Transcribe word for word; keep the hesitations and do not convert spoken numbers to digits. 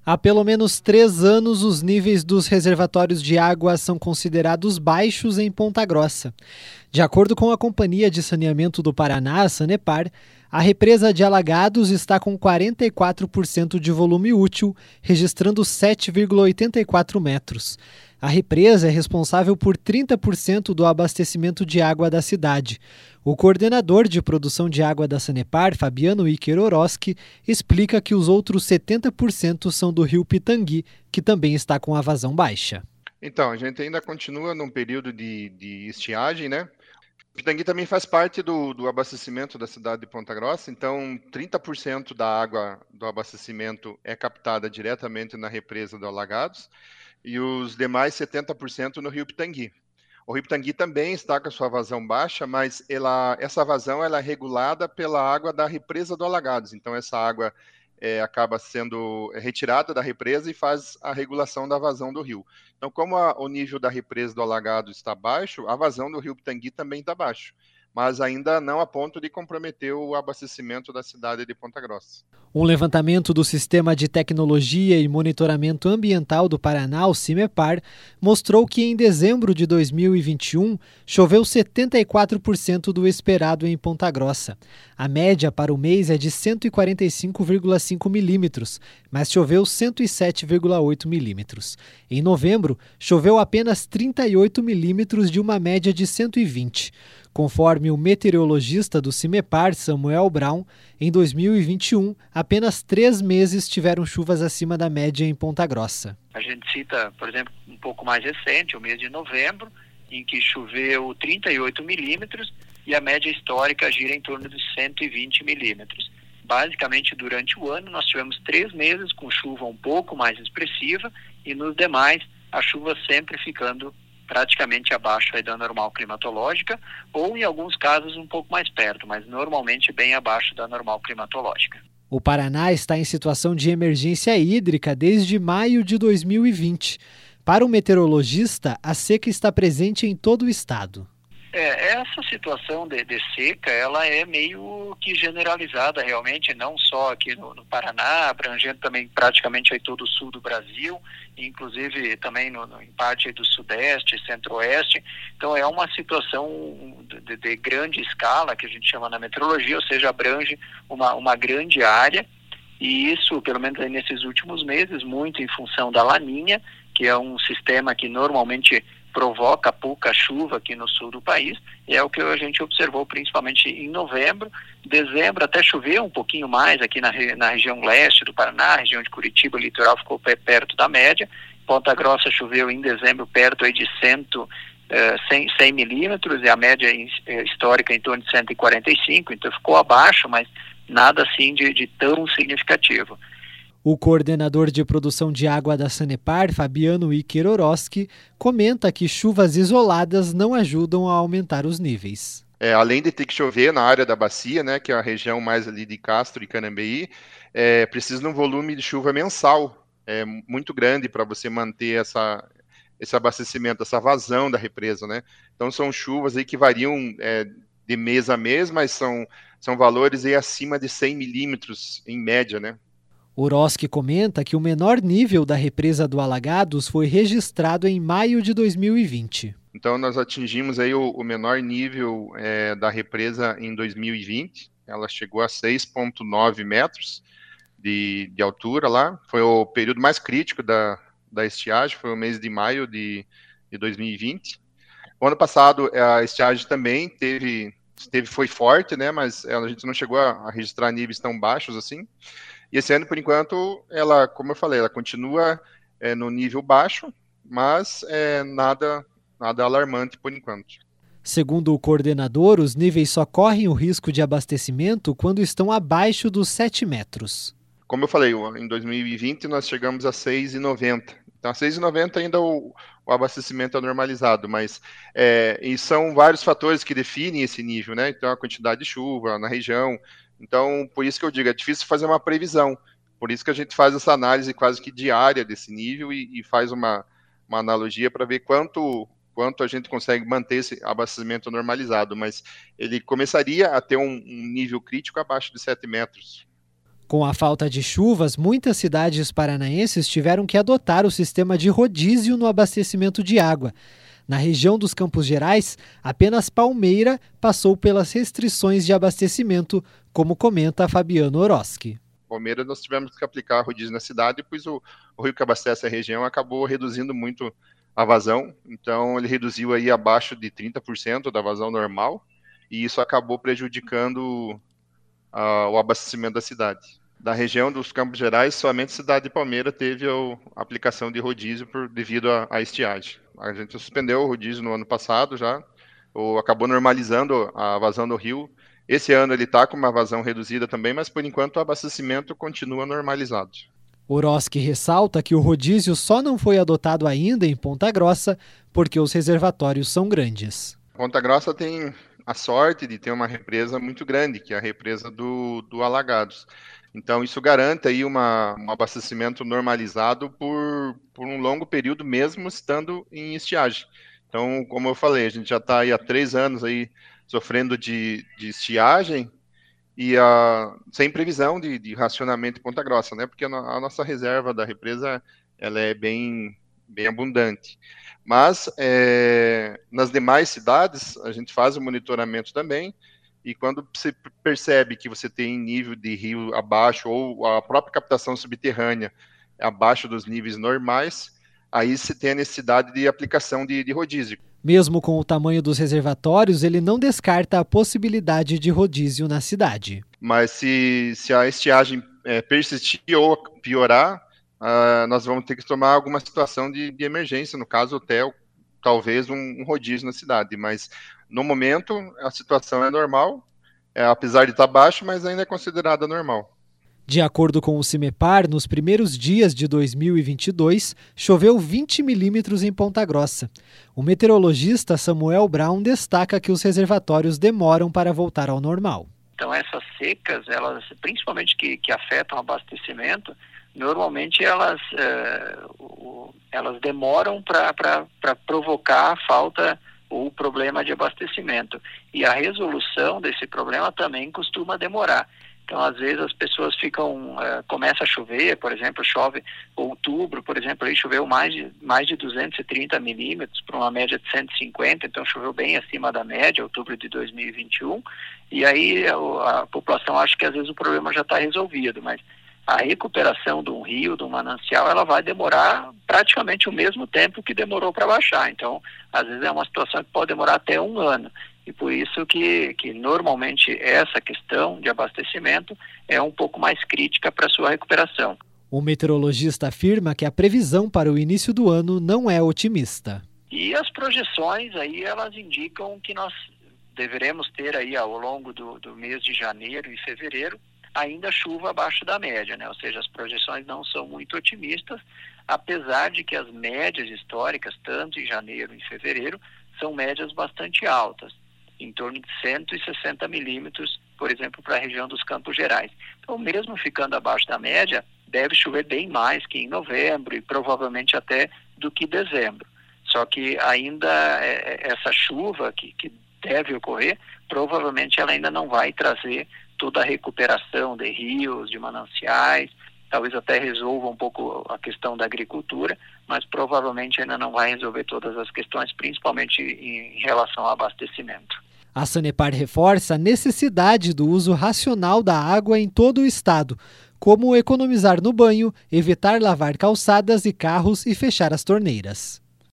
Há pelo menos três anos, os níveis dos reservatórios de água são considerados baixos em Ponta Grossa. De acordo com a Companhia de Saneamento do Paraná, a Sanepar, a represa de Alagados está com quarenta e quatro por cento de volume útil, registrando sete vírgula oitenta e quatro metros. A represa é responsável por trinta por cento do abastecimento de água da cidade. O coordenador de produção de água da Sanepar, Fabiano Iker Oroski, explica que os outros setenta por cento são do rio Pitangui, que também está com a vazão baixa. Então, a gente ainda continua num período de, de estiagem, né? Pitangui também faz parte do, do abastecimento da cidade de Ponta Grossa, então trinta por cento da água do abastecimento é captada diretamente na represa do Alagados e os demais setenta por cento no rio Pitangui. O rio Pitangui também está com a sua vazão baixa, mas ela, essa vazão ela é regulada pela água da represa do Alagados, então essa água é, acaba sendo retirada da represa e faz a regulação da vazão do rio. Então, como a, o nível da represa do Alagado está baixo, a vazão do rio Pitangui também está baixo, mas ainda não a ponto de comprometer o abastecimento da cidade de Ponta Grossa. Um levantamento do Sistema de Tecnologia e Monitoramento Ambiental do Paraná, o CIMEPAR, mostrou que em dezembro de dois mil e vinte e um choveu setenta e quatro por cento do esperado em Ponta Grossa. A média para o mês é de cento e quarenta e cinco vírgula cinco milímetros, mas choveu cento e sete vírgula oito milímetros. Em novembro, choveu apenas trinta e oito milímetros de uma média de cento e vinte. Conforme o meteorologista do CIMEPAR, Samuel Brown, em dois mil e vinte e um, apenas três meses tiveram chuvas acima da média em Ponta Grossa. A gente cita, por exemplo, um pouco mais recente, o mês de novembro, em que choveu trinta e oito milímetros e a média histórica gira em torno de cento e vinte milímetros. Basicamente, durante o ano, nós tivemos três meses com chuva um pouco mais expressiva e nos demais, a chuva sempre ficando praticamente abaixo aí da normal climatológica ou, em alguns casos, um pouco mais perto, mas normalmente bem abaixo da normal climatológica. O Paraná está em situação de emergência hídrica desde maio de dois mil e vinte. Para o meteorologista, a seca está presente em todo o estado. É, essa situação de, de seca, ela é meio que generalizada realmente, não só aqui no, no Paraná, abrangendo também praticamente aí todo o sul do Brasil, inclusive também no, no, em parte do sudeste, centro-oeste. Então é uma situação de, de grande escala, que a gente chama na meteorologia, ou seja, abrange uma, uma grande área, e isso, pelo menos aí nesses últimos meses, muito em função da Laninha, que é um sistema que normalmente provoca pouca chuva aqui no sul do país, e é o que a gente observou principalmente em novembro. Dezembro até choveu um pouquinho mais aqui na, na região leste do Paraná, região de Curitiba, o litoral ficou perto da média. Ponta Grossa choveu em dezembro perto aí de cem, cem milímetros, e a média histórica em torno de cento e quarenta e cinco, então ficou abaixo, mas nada assim de, de tão significativo. O coordenador de produção de água da Sanepar, Fabiano Iker Oroski, comenta que chuvas isoladas não ajudam a aumentar os níveis. É, além de ter que chover na área da bacia, né, que é a região mais ali de Castro e Canambeí, é, precisa de um volume de chuva mensal é, muito grande para você manter essa, esse abastecimento, essa vazão da represa, né? Então são chuvas aí que variam é, de mês a mês, mas são, são valores aí acima de cem milímetros em média, né? Oroski comenta que o menor nível da represa do Alagados foi registrado em maio de dois mil e vinte. Então nós atingimos aí o, o menor nível é, da represa em dois mil e vinte. Ela chegou a seis vírgula nove metros de, de altura lá. Foi o período mais crítico da, da estiagem, foi o mês de maio de, de dois mil e vinte. O ano passado a estiagem também teve, teve foi forte, né? Mas a gente não chegou a, a registrar níveis tão baixos assim. E esse ano, por enquanto, ela, como eu falei, ela continua é, no nível baixo, mas é, nada, nada alarmante por enquanto. Segundo o coordenador, os níveis só correm o risco de abastecimento quando estão abaixo dos sete metros. Como eu falei, em dois mil e vinte nós chegamos a seis vírgula noventa. Então, a seis vírgula noventa ainda o, o abastecimento é normalizado, mas é, e são vários fatores que definem esse nível, né? Então, a quantidade de chuva na região. Então, por isso que eu digo, é difícil fazer uma previsão. Por isso que a gente faz essa análise quase que diária desse nível e, e faz uma, uma analogia para ver quanto, quanto a gente consegue manter esse abastecimento normalizado. Mas ele começaria a ter um, um nível crítico abaixo de sete metros. Com a falta de chuvas, muitas cidades paranaenses tiveram que adotar o sistema de rodízio no abastecimento de água. Na região dos Campos Gerais, apenas Palmeira passou pelas restrições de abastecimento, como comenta Fabiano Oroski. Palmeira nós tivemos que aplicar rodízio na cidade, pois o, o rio que abastece a região acabou reduzindo muito a vazão, então ele reduziu aí abaixo de trinta por cento da vazão normal, e isso acabou prejudicando uh, o abastecimento da cidade. Da região dos Campos Gerais, somente a cidade de Palmeira teve a aplicação de rodízio por, devido à estiagem. A gente suspendeu o rodízio no ano passado já, ou acabou normalizando a vazão do rio. Esse ano ele está com uma vazão reduzida também, mas por enquanto o abastecimento continua normalizado. Oroski ressalta que o rodízio só não foi adotado ainda em Ponta Grossa porque os reservatórios são grandes. Ponta Grossa tem a sorte de ter uma represa muito grande, que é a represa do, do Alagados. Então isso garante aí uma, um abastecimento normalizado por, por um longo período, mesmo estando em estiagem. Então, como eu falei, a gente já está aí há três anos aí sofrendo de, de estiagem e a, sem previsão de, de racionamento em Ponta Grossa, né? Porque a, a nossa reserva da represa ela é bem, bem abundante. Mas é, nas demais cidades a gente faz o monitoramento também, e quando você percebe que você tem nível de rio abaixo ou a própria captação subterrânea abaixo dos níveis normais, aí você tem a necessidade de aplicação de, de rodízio. Mesmo com o tamanho dos reservatórios, ele não descarta a possibilidade de rodízio na cidade. Mas se, se a estiagem é, persistir ou piorar, uh, nós vamos ter que tomar alguma situação de, de emergência, no caso hotel, talvez um, um rodízio na cidade, mas no momento a situação é normal, é, apesar de estar baixo, mas ainda é considerada normal. De acordo com o CIMEPAR, nos primeiros dias de dois mil e vinte e dois, choveu vinte milímetros em Ponta Grossa. O meteorologista Samuel Brown destaca que os reservatórios demoram para voltar ao normal. Então essas secas, elas, principalmente que, que afetam o abastecimento, normalmente elas, uh, elas demoram para provocar a falta ou problema de abastecimento. E a resolução desse problema também costuma demorar. Então, às vezes, as pessoas ficam, uh, começa a chover, por exemplo, chove outubro, por exemplo, aí choveu mais de, mais de duzentos e trinta milímetros para uma média de cento e cinquenta, então choveu bem acima da média, outubro de dois mil e vinte e um, e aí a, a população acha que às vezes o problema já está resolvido, mas a recuperação de um rio, de um manancial, ela vai demorar praticamente o mesmo tempo que demorou para baixar. Então, às vezes é uma situação que pode demorar até um ano. E por isso que, que normalmente essa questão de abastecimento é um pouco mais crítica para a sua recuperação. O meteorologista afirma que a previsão para o início do ano não é otimista. E as projeções aí, elas indicam que nós deveremos ter aí ao longo do, do mês de janeiro e fevereiro ainda chuva abaixo da média, né? Ou seja, as projeções não são muito otimistas, apesar de que as médias históricas, tanto em janeiro e em fevereiro, são médias bastante altas, em torno de cento e sessenta milímetros, por exemplo, para a região dos Campos Gerais. Então, mesmo ficando abaixo da média, deve chover bem mais que em novembro e provavelmente até do que dezembro. Só que ainda essa chuva que, que deve ocorrer, provavelmente ela ainda não vai trazer toda a recuperação de rios, de mananciais, talvez até resolva um pouco a questão da agricultura, mas provavelmente ainda não vai resolver todas as questões, principalmente em relação ao abastecimento. A Sanepar reforça a necessidade do uso racional da água em todo o estado, como economizar no banho, evitar lavar calçadas e carros e fechar as torneiras.